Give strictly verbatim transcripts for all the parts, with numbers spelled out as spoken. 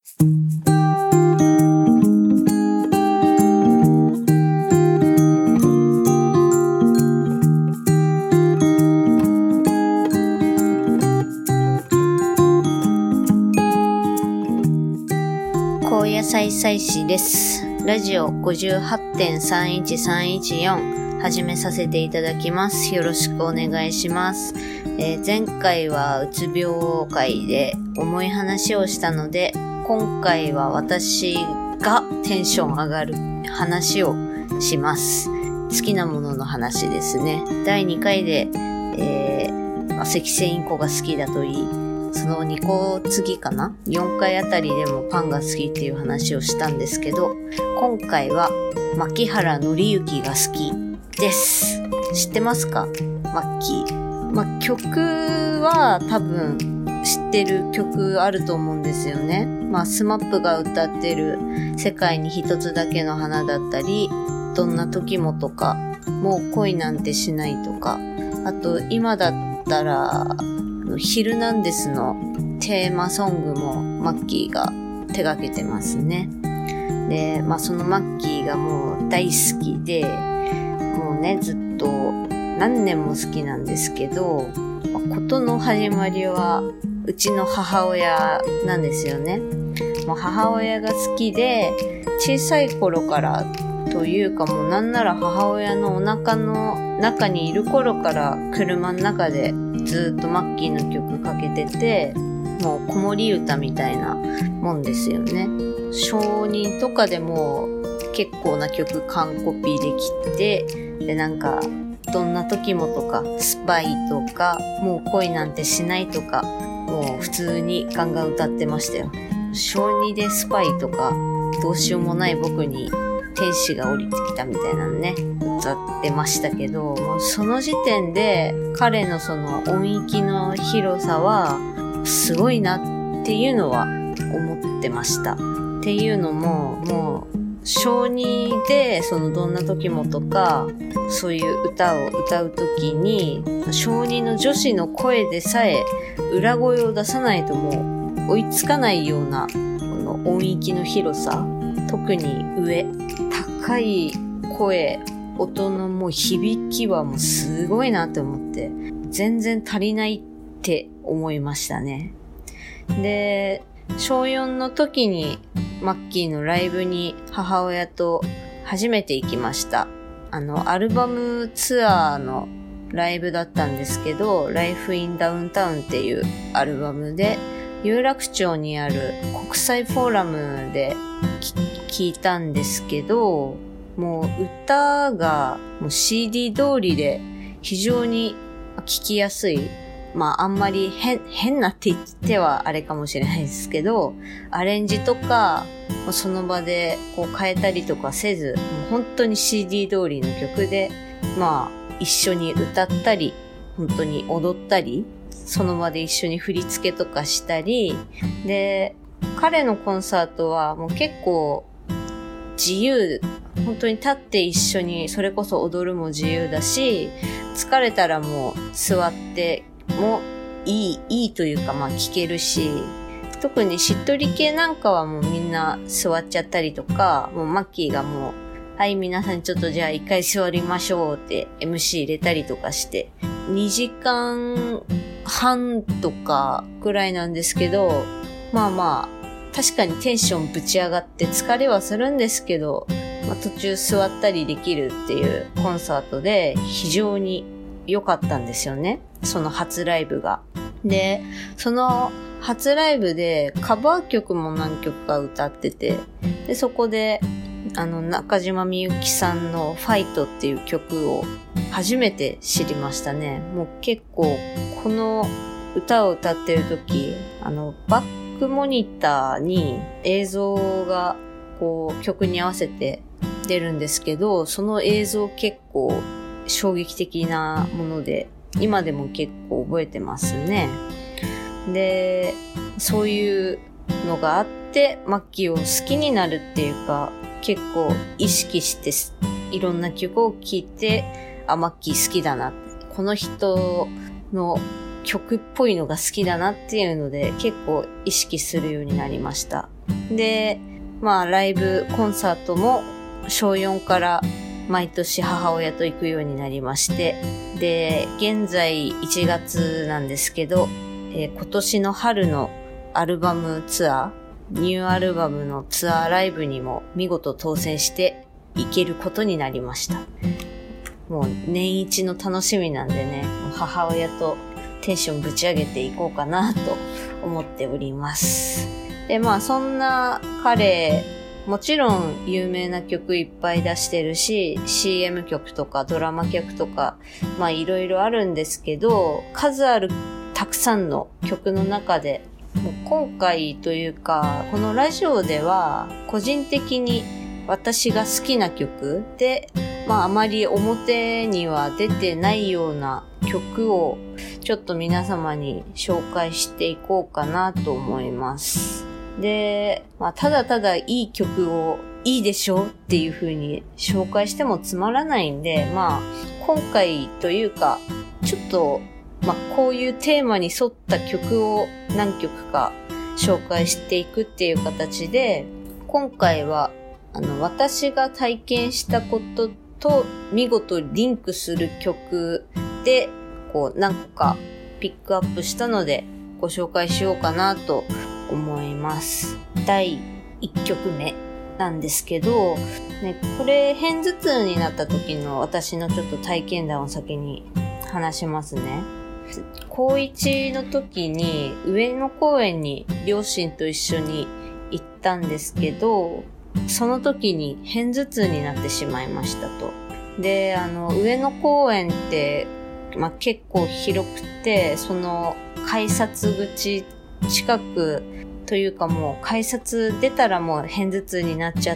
高野菜採取です。ラジオ ごじゅうはちてんさんいちさんいちよん 始めさせていただきます。よろしくお願いします。えー、前回はうつ病会で重い話をしたので、今回は私がテンション上がる話をします。好きなものの話ですね。だいにかいで、えー、赤線インコが好きだといい、そのにこ次かな ?よん 回あたりでもパンが好きっていう話をしたんですけど、今回は牧原紀之が好きです。知ってますか？マッキー。まあ、曲は多分知ってる曲あると思うんですよね。まあ、スマップが歌ってる世界に一つだけの花だったり、どんな時もとか、もう恋なんてしないとか、あと今だったらヒルナンデスのテーマソングもマッキーが手掛けてますね。で、まあそのマッキーがもう大好きで、もうねずっと何年も好きなんですけど、まあ、事の始まりはうちの母親なんですよね。もう母親が好きで、小さい頃からというかもうなんなら母親のお腹の中にいる頃から車の中でずっとマッキーの曲かけてて、もう子守歌みたいなもんですよね。小人とかでも結構な曲完コピーできて、でなんかどんな時もとかスパイとかもう恋なんてしないとか、もう普通にガンガン歌ってましたよ。小にでスパイとかどうしようもない僕に天使が降りてきたみたいなのね歌ってましたけど、もうその時点で彼のその音域の広さはすごいなっていうのは思ってました。っていうのももう小にでそのどんな時もとかそういう歌を歌う時に小にの女子の声でさえ裏声を出さないともう追いつかないようなこの音域の広さ、特に上高い声、音のもう響きはもうすごいなって思って、全然足りないって思いましたね。で、小よんの時にマッキーのライブに母親と初めて行きました。あの、アルバムツアーのライブだったんですけど、Life in Downtown っていうアルバムで、有楽町にある国際フォーラムで聞いたんですけど、もう歌がもう シーディー 通りで非常に聞きやすい。まああんまり変、変なって言ってはあれかもしれないですけど、アレンジとかその場でこう変えたりとかせず、もう本当に シーディー 通りの曲で、まあ一緒に歌ったり、本当に踊ったり、その場で一緒に振り付けとかしたり、で、彼のコンサートはもう結構自由、本当に立って一緒にそれこそ踊るも自由だし、疲れたらもう座ってもいい、いいというかまあ聴けるし、特にしっとり系なんかはもうみんな座っちゃったりとか、もうマッキーがもう、はい皆さんちょっとじゃあ一回座りましょうって エムシー 入れたりとかして、にじかんはんとかくらいなんですけど、まあまあ、確かにテンションぶち上がって疲れはするんですけど、まあ、途中座ったりできるっていうコンサートで非常に良かったんですよね。その初ライブが。で、その初ライブでカバー曲も何曲か歌ってて、で、そこであの中島みゆきさんのファイトっていう曲を初めて知りましたね。もう結構この歌を歌ってる時、あのバックモニターに映像がこう曲に合わせて出るんですけど、その映像結構衝撃的なもので、今でも結構覚えてますね。で、そういうのがあって、マッキーを好きになるっていうか、結構意識していろんな曲を聴いて、あ、マッキー好きだな、この人の曲っぽいのが好きだなっていうので結構意識するようになりました。 で、まあライブコンサートもしょうよんから毎年母親と行くようになりまして、で、現在いちがつなんですけど、えー、今年の春のアルバムツアー、ニューアルバムのツアーライブにも見事当選して行けることになりました。もう年一の楽しみなんでね、母親とテンションぶち上げていこうかなと思っております。で、まあそんな彼、もちろん有名な曲いっぱい出してるし、シーエム 曲とかドラマ曲とか、まあいろいろあるんですけど、数あるたくさんの曲の中で、もう今回というか、このラジオでは個人的に私が好きな曲で、まああまり表には出てないような曲をちょっと皆様に紹介していこうかなと思います。で、まあただただいい曲をいいでしょっていう風に紹介してもつまらないんで、まあ今回というかちょっとまあこういうテーマに沿った曲を何曲か紹介していくっていう形で、今回はあの私が体験したことと見事リンクする曲でこう何個かピックアップしたのでご紹介しようかなと思います。だいいっきょくめなんですけど、ね、これ片頭痛になった時の私のちょっと体験談を先に話しますね。高いちの時に上野公園に両親と一緒に行ったんですけど、その時に片頭痛になってしまいましたと。で、あの上野公園ってまあ、結構広くて、その改札口近くというかもう改札出たらもう片頭痛になっちゃって、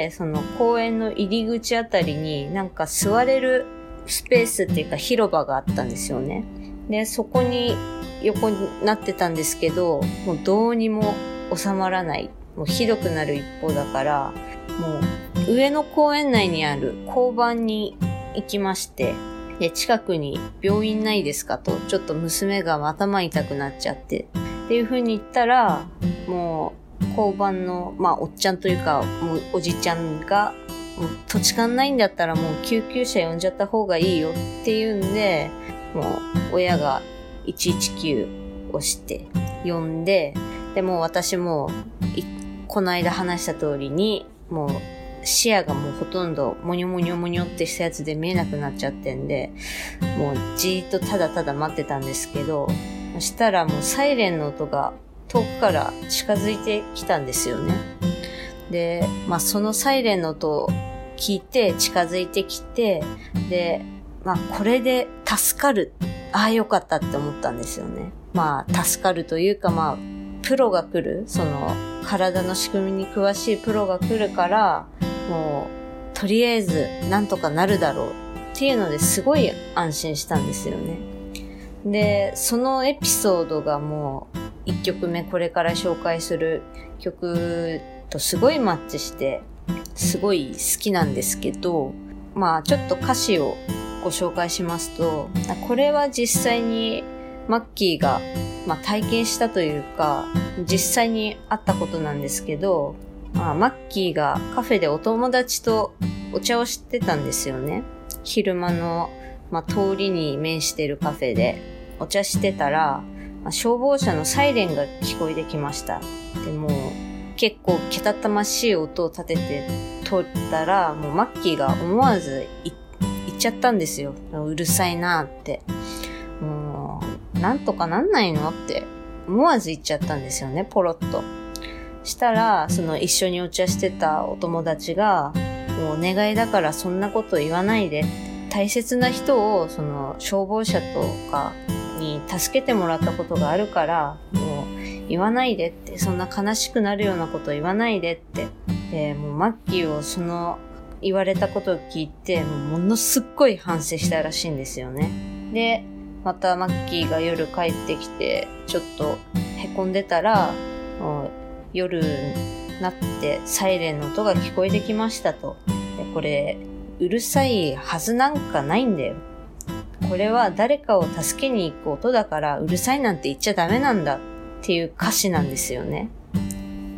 その公園の入り口あたりになんか座れるスペースっていうか広場があったんですよね。で、そこに横になってたんですけど、もうどうにも収まらない。もうひどくなる一方だから、もう上野公園内にある交番に行きまして、で、近くに病院ないですかと、ちょっと娘が頭痛くなっちゃって、っていう風に言ったら、もう、交番の、まあ、おっちゃんというか、もう、おじちゃんが、もう土地勘ないんだったらもう救急車呼んじゃった方がいいよっていうんで、もう、親がいちいちきゅう押して、呼んで、で、もう私も、この間話した通りに、もう、視野がもうほとんどモニョモニョモニョってしたやつで見えなくなっちゃってんで、もうじーっとただただ待ってたんですけど、そしたらもうサイレンの音が遠くから近づいてきたんですよね。で、まあそのサイレンの音を聞いて近づいてきて、で、まあこれで助かる。ああよかったって思ったんですよね。まあ助かるというかまあプロが来る、その体の仕組みに詳しいプロが来るから、もうとりあえずなんとかなるだろうっていうのですごい安心したんですよね。で、そのエピソードがもういっきょくめこれから紹介する曲とすごいマッチしてすごい好きなんですけど、まあちょっと歌詞をご紹介しますと、これは実際にマッキーが、まあ、体験したというか実際にあったことなんですけど、まあ、マッキーがカフェでお友達とお茶をしてたんですよね。昼間の、まあ、通りに面してるカフェでお茶してたら、まあ、消防車のサイレンが聞こえてきました。でも結構けたたましい音を立てて通ったら、もうマッキーが思わず言っちゃったんですよ。うるさいなって。もうなんとかなんないのって思わず言っちゃったんですよね、ポロッと。したら、その一緒にお茶してたお友達が、もうお願いだからそんなこと言わないで。大切な人を、その消防車とかに助けてもらったことがあるから、もう言わないでって、そんな悲しくなるようなこと言わないでって。で、もうマッキーをその言われたことを聞いて、もうものすっごい反省したらしいんですよね。で、またマッキーが夜帰ってきて、ちょっと凹んでたら、もう夜になってサイレンの音が聞こえてきましたと。で、これうるさいはずなんかないんだよ。これは誰かを助けに行く音だからうるさいなんて言っちゃダメなんだっていう歌詞なんですよね。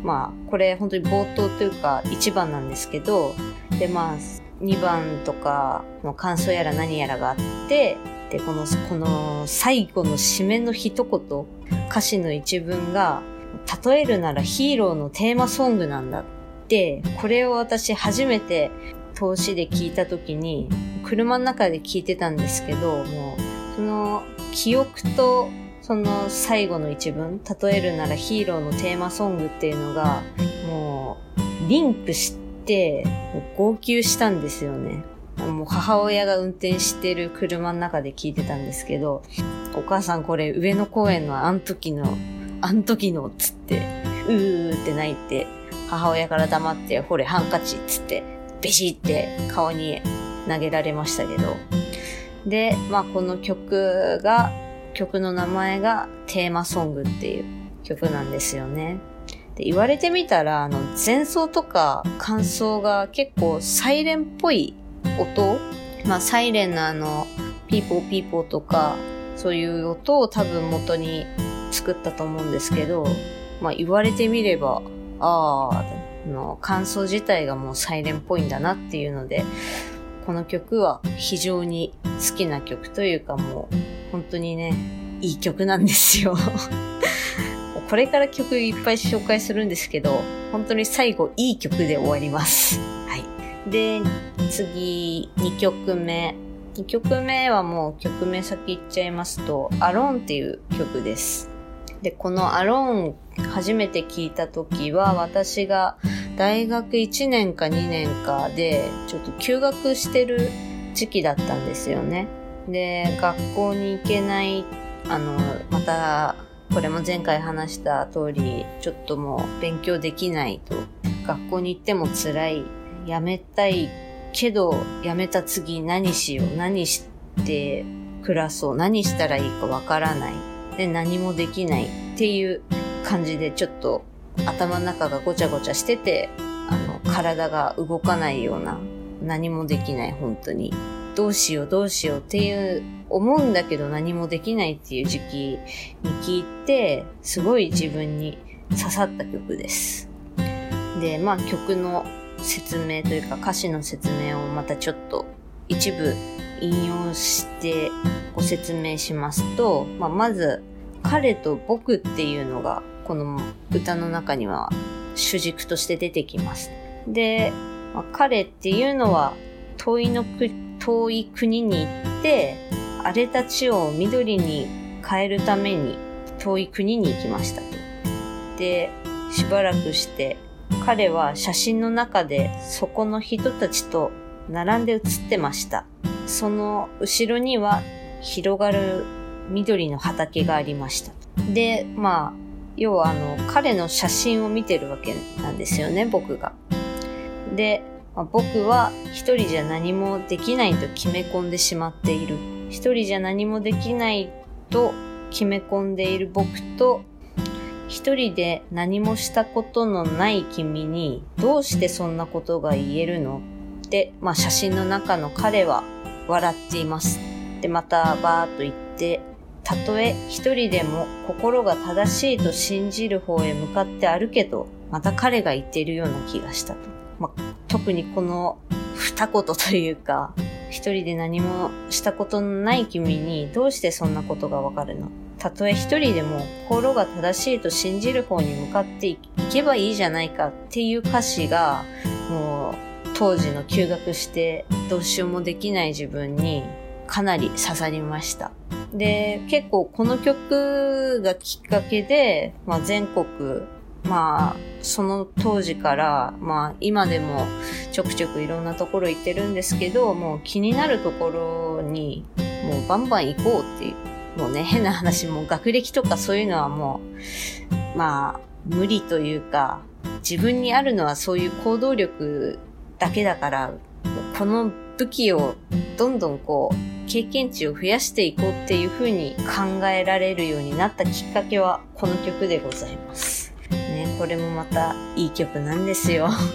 まあ、これ本当に冒頭というかいちばんなんですけど、で、まあ、にばんとかの感想やら何やらがあって、で、この、この最後の締めの一言、歌詞の一文が、例えるならヒーローのテーマソングなんだって、これを私初めて通しで聞いたときに、車の中で聞いてたんですけど、もう、その記憶と、その最後の一文、例えるならヒーローのテーマソングっていうのが、もう、リンクして、もう号泣したんですよね。もう母親が運転してる車の中で聞いてたんですけど、お母さんこれ上野公園のあん時の、あん時のつって、うーって泣いて、母親から黙って、ほれハンカチつって、ベシって顔に投げられましたけど。で、まあこの曲が、曲の名前がテーマソングっていう曲なんですよね。で、言われてみたら、あの、前奏とか感想が結構サイレンっぽい音、まあサイレンのあの、ピーポーピーポーとか、そういう音を多分元に作ったと思うんですけど、まあ言われてみれば、ああ、の感想自体がもうサイレンっぽいんだなっていうので、この曲は非常に好きな曲というか、もう本当にね、いい曲なんですよ。これから曲いっぱい紹介するんですけど、本当に最後いい曲で終わります。はい。で、次、にきょくめ。にきょくめはもう曲名先言っちゃいますと、アローンっていう曲です。で、このアローン初めて聞いた時は、私が大学いちねんかにねんかで、ちょっと休学してる時期だったんですよね。で、学校に行けない、あの、また、これも前回話した通り、ちょっともう勉強できないと、学校に行っても辛い、やめたいけど、やめた次何しよう、何して暮らそう、何したらいいかわからない。で、何もできないっていう感じで、ちょっと頭の中がごちゃごちゃしてて、あの、体が動かないような、何もできない、本当に。どうしようどうしようっていう思うんだけど何もできないっていう時期に聞いて、すごい自分に刺さった曲です。で、まあ曲の説明というか歌詞の説明をまたちょっと一部引用してご説明しますと、まあ、まず彼と僕っていうのがこの歌の中には主軸として出てきます。で、まあ、彼っていうのは遠いのく遠い国に行って荒れた地を緑に変えるために遠い国に行きましたと。で、しばらくして彼は写真の中でそこの人たちと並んで写ってました。その後ろには広がる緑の畑がありました。で、まあ、要はあの彼の写真を見てるわけなんですよね、僕が。で、まあ、僕は一人じゃ何もできないと決め込んでしまっている。一人じゃ何もできないと決め込んでいる僕と、一人で何もしたことのない君にどうしてそんなことが言えるのって、まあ写真の中の彼は笑っています。で、またバーっと言って、たとえ一人でも心が正しいと信じる方へ向かって歩けと、また彼が言っているような気がしたと。まあ、特にこの二言というか、一人で何もしたことのない君にどうしてそんなことがわかるの？たとえ一人でも心が正しいと信じる方に向かっていけばいいじゃないかっていう歌詞が、もう当時の休学してどうしようもできない自分にかなり刺さりました。で、結構この曲がきっかけで、まあ、全国、まあその当時からまあ今でもちょくちょくいろんなところ行ってるんですけど、もう気になるところにもうバンバン行こうっていう、もうね、変な話、もう学歴とかそういうのはもうまあ無理というか、自分にあるのはそういう行動力だけだから、この武器をどんどんこう経験値を増やしていこうっていう風に考えられるようになったきっかけはこの曲でございます。ね、これもまたいい曲なんですよ。はい、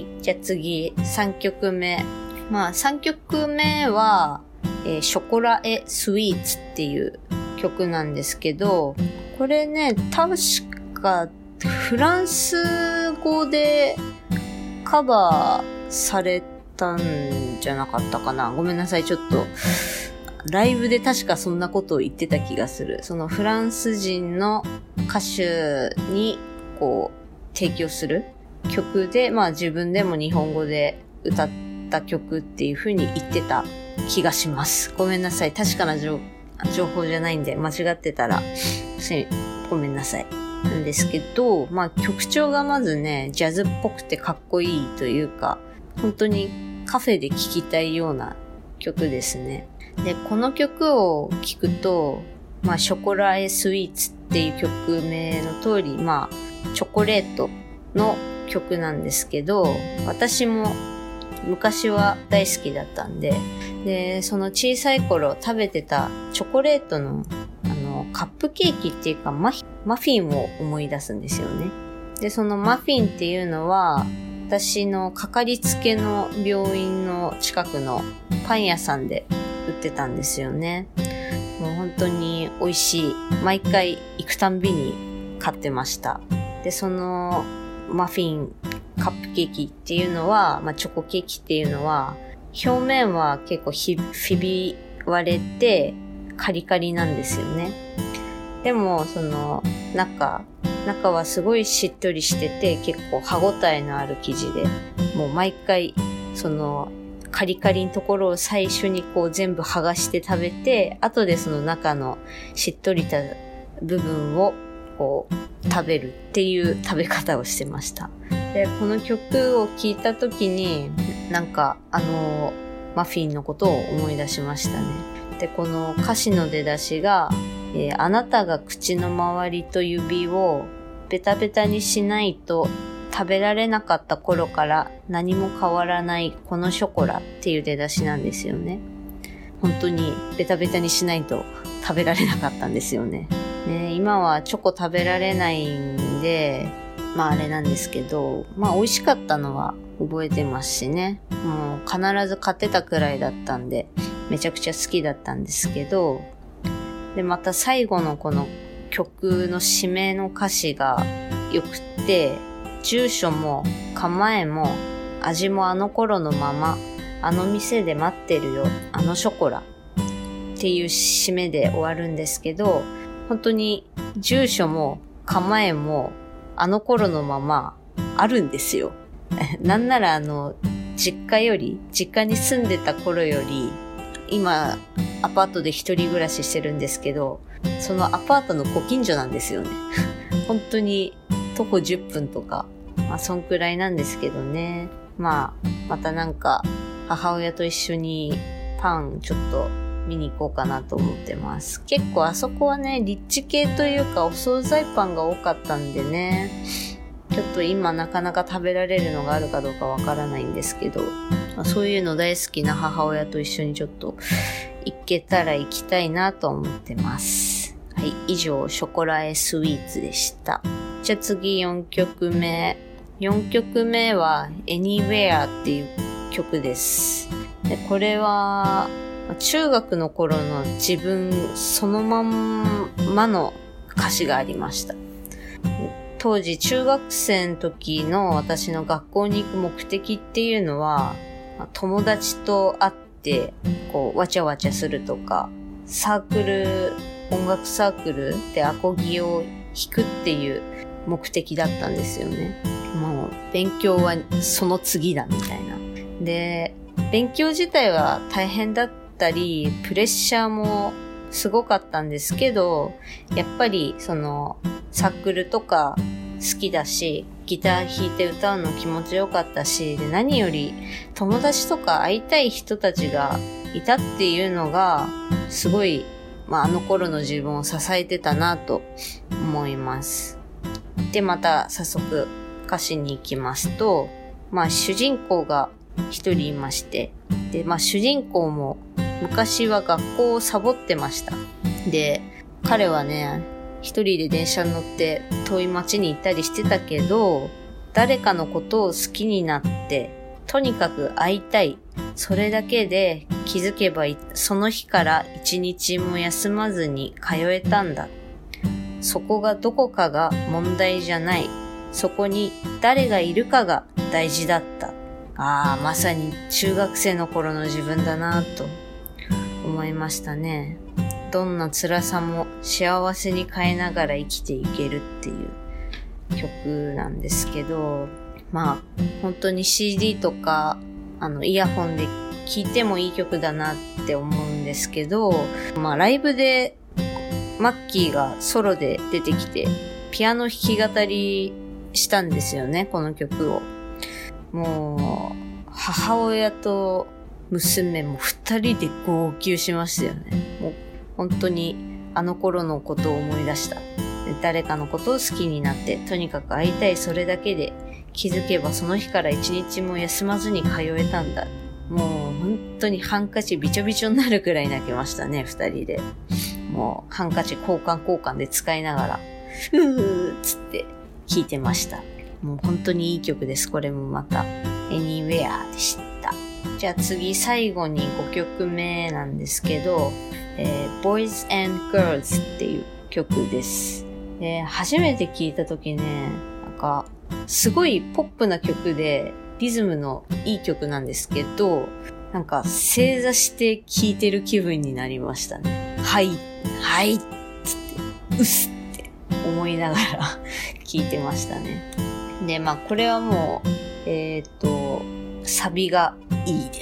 じゃあ次さんきょくめ。まあさんきょくめは、えー、ショコラエスイーツっていう曲なんですけど、これね、確かフランス語でカバーされたんじゃなかったかな。ごめんなさい、ちょっと。ライブで確かそんなことを言ってた気がする。そのフランス人の歌手にこう提供する曲で、まあ自分でも日本語で歌った曲っていう風に言ってた気がします。ごめんなさい。確かな情報じゃないんで間違ってたらごめんなさい。なんですけど、まあ曲調がまずね、ジャズっぽくてかっこいいというか、本当にカフェで聴きたいような曲ですね。で、この曲を聴くと、まあショコラエスイーツっていう曲名の通り、まあチョコレートの曲なんですけど、私も昔は大好きだったんで、で、その小さい頃食べてたチョコレートのあのカップケーキっていうかマフィン、マフィンを思い出すんですよね。で、そのマフィンっていうのは、私のかかりつけの病院の近くのパン屋さんで売ってたんですよね。もう本当に美味しい。毎回行くたんびに買ってました。で、そのマフィン、カップケーキっていうのは、まあ、チョコケーキっていうのは、表面は結構ひび割れてカリカリなんですよね。でも、その中、中はすごいしっとりしてて、結構歯ごたえのある生地で、もう毎回、そのカリカリのところを最初にこう全部剥がして食べて、後でその中のしっとりした部分をこう食べるっていう食べ方をしてました。で、この曲を聴いた時に、なんかあのマフィンのことを思い出しましたね。で、この歌詞の出だしが、えー、あなたが口の周りと指をベタベタにしないと食べられなかった頃から何も変わらないこのショコラっていう出だしなんですよね。本当にベタベタにしないと食べられなかったんですよね。ね、今はチョコ食べられないんで、まああれなんですけど、まあ美味しかったのは覚えてますしね。もう必ず買ってたくらいだったんで、めちゃくちゃ好きだったんですけど、で、また最後のこの曲の締めの歌詞が良くって、住所も構えも味もあの頃のまま、あの店で待ってるよ、あのショコラっていう締めで終わるんですけど、本当に住所も構えもあの頃のままあるんですよ。なんならあの実家より、実家に住んでた頃より、今アパートで一人暮らししてるんですけど、そのアパートのご近所なんですよね。本当に徒歩じゅっぷんとか、まあそんくらいなんですけどね。まあまたなんか母親と一緒にパンちょっと見に行こうかなと思ってます。結構あそこはね、リッチ系というかお惣菜パンが多かったんでね、ちょっと今なかなか食べられるのがあるかどうかわからないんですけど、そういうの大好きな母親と一緒にちょっと行けたら行きたいなと思ってます。はい、以上ショコラエスイーツでした。じゃあ次よんきょくめ。よんきょくめは Anywhere っていう曲です。で、これは中学の頃の自分そのまんまの歌詞がありました。当時中学生の時の私の学校に行く目的っていうのは、友達と会ってこうわちゃわちゃするとか、サークル、音楽サークルでアコギを弾くっていう目的だったんですよね。もう勉強はその次だみたいな。で、勉強自体は大変だったり、プレッシャーもすごかったんですけど、やっぱりそのサークルとか好きだし、ギター弾いて歌うの気持ちよかったし、で、何より友達とか会いたい人たちがいたっていうのがすごい、まあ、あの頃の自分を支えてたなと思います。で、また早速歌詞に行きますと、まあ主人公が一人いまして、で、まあ主人公も昔は学校をサボってました。で、彼はね、一人で電車に乗って遠い町に行ったりしてたけど、誰かのことを好きになって、とにかく会いたい。それだけで気づけばその日から一日も休まずに通えたんだ。 そこがどこかが問題じゃない。そこに誰がいるかが大事だった。ああ、まさに中学生の頃の自分だなと思いましたね。どんな辛さも幸せに変えながら生きていけるっていう曲なんですけど、まあ本当に シーディー とかあのイヤホンで聴いてもいい曲だなって思うんですけど、まあライブでマッキーがソロで出てきてピアノ弾き語りしたんですよね、この曲を。もう母親と娘も二人で号泣しましたよね。もう本当にあの頃のことを思い出した。誰かのことを好きになってとにかく会いたい、それだけで気づけばその日から一日も休まずに通えたんだ。もう本当にハンカチびちょびちょになるくらい泣きましたね、二人で。もうハンカチ交換交換で使いながらふーっつって聴いてました。もう本当にいい曲です。これもまた Anywhere でした。じゃあ次最後にごきょくめなんですけど、えー、Boys and Girls っていう曲です。で、初めて聴いた時ね、なんかすごいポップな曲でリズムのいい曲なんですけど、なんか正座して聴いてる気分になりましたね。はい、はいっつって、うっすって思いながら聴いてましたね。で、まあこれはもう、えっと、サビがいいです。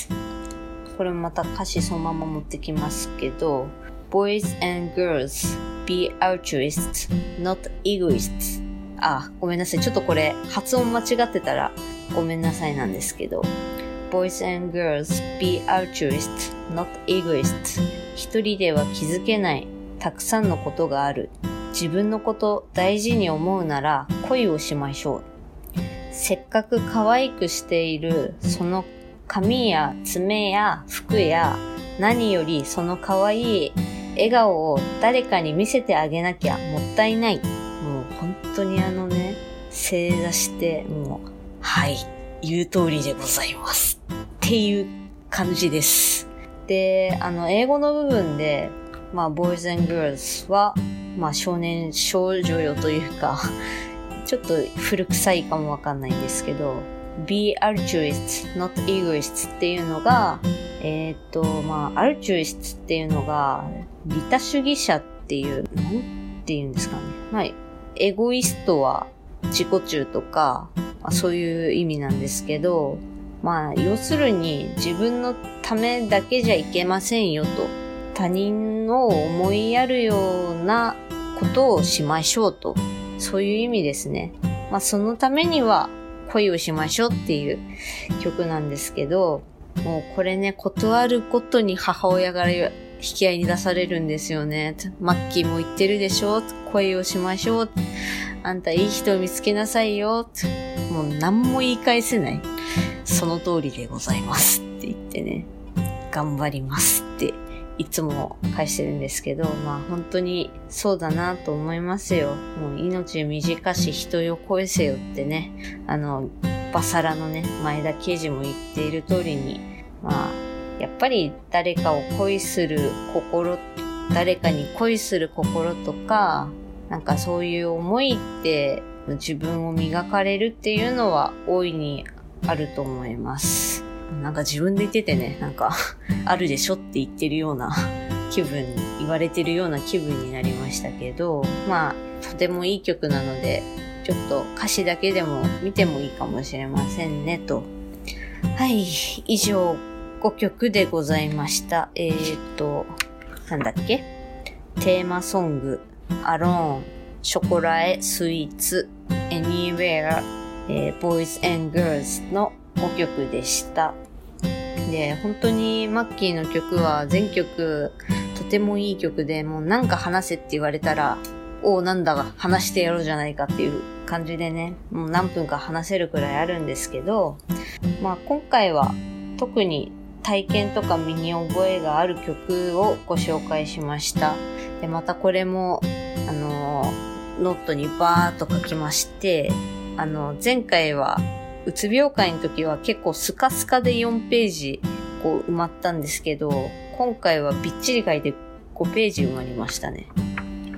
これもまた歌詞そのまま持ってきますけど、Boys and girls, be altruists, not egoists. あ、ごめんなさい。ちょっとこれ発音間違ってたらごめんなさいなんですけど、Boys and girls, be altruists, not egoists. 一人では気づけないたくさんのことがある。自分のこと大事に思うなら恋をしましょう。せっかく可愛くしているその髪や爪や服や何よりその可愛い笑顔を誰かに見せてあげなきゃもったいない。もう本当にあのね、正座してもう、はい、言う通りでございますっていう感じです。で、あの英語の部分で、まあ Boys and Girls はまあ少年少女よというかちょっと古臭いかもわかんないんですけど、be altruists, not egoists っていうのが、えー、っと、まあ、altruists っていうのが、利他主義者っていう、なんていうんですかね。まあ、エゴイストは自己中とか、まあ、そういう意味なんですけど、まあ、要するに自分のためだけじゃいけませんよと。他人を思いやるようなことをしましょうと。そういう意味ですね。まあ、そのためには恋をしましょうっていう曲なんですけど、もうこれね、断るごとに母親から引き合いに出されるんですよね。マッキーも言ってるでしょ、恋をしましょう。あんたいい人を見つけなさいよ。もう何も言い返せない。その通りでございますって言ってね、頑張りますっていつも返してるんですけど、まあ本当にそうだなと思いますよ。もう命短し人よ恋せよってね、あのバサラのね前田刑事も言っている通りに、まあやっぱり誰かを恋する心、誰かに恋する心とか、なんかそういう思いって自分を磨かれるっていうのは大いにあると思います。なんか自分で言っててね、なんかあるでしょって言ってるような気分、言われてるような気分になりましたけど、まあとてもいい曲なので、ちょっと歌詞だけでも見てもいいかもしれませんねと。はい、以上ごきょくでございました。えーと、なんだっけ？テーマソング、アローン、ショコラエ、スイーツ、Anywhere、えー、Boys and Girls のごきょくでした。で、本当にマッキーの曲は全曲とてもいい曲で、もうなんか話せって言われたら、おうなんだが話してやろうじゃないかっていう感じでね、もう何分か話せるくらいあるんですけど、まあ今回は特に体験とか身に覚えがある曲をご紹介しました。で、またこれも、あのー、ノートにバーっと書きまして、あの、前回は、うつ病会の時は結構スカスカでよんページこう埋まったんですけど、今回はびっちり書いてごページ埋まりましたね。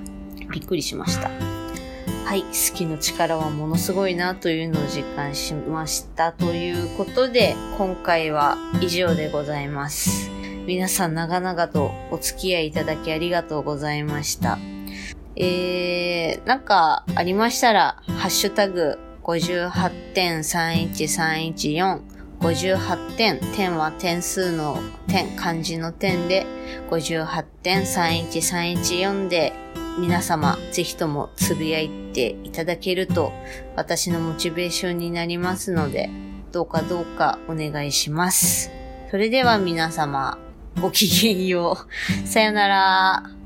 びっくりしました。はい、好きの力はものすごいなというのを実感しましたということで、今回は以上でございます。皆さん長々とお付き合いいただきありがとうございました。えー、なんかありましたら、ハッシュタグ ごじゅうはちてんさんいちさんいちよん ごじゅうはちてん、点は点数の点、漢字の点で ごじゅうはちてんさんいちさんいちよん で皆様ぜひともつぶやいていただけると私のモチベーションになりますので、どうかどうかお願いします。それでは皆様ごきげんよう。さよなら。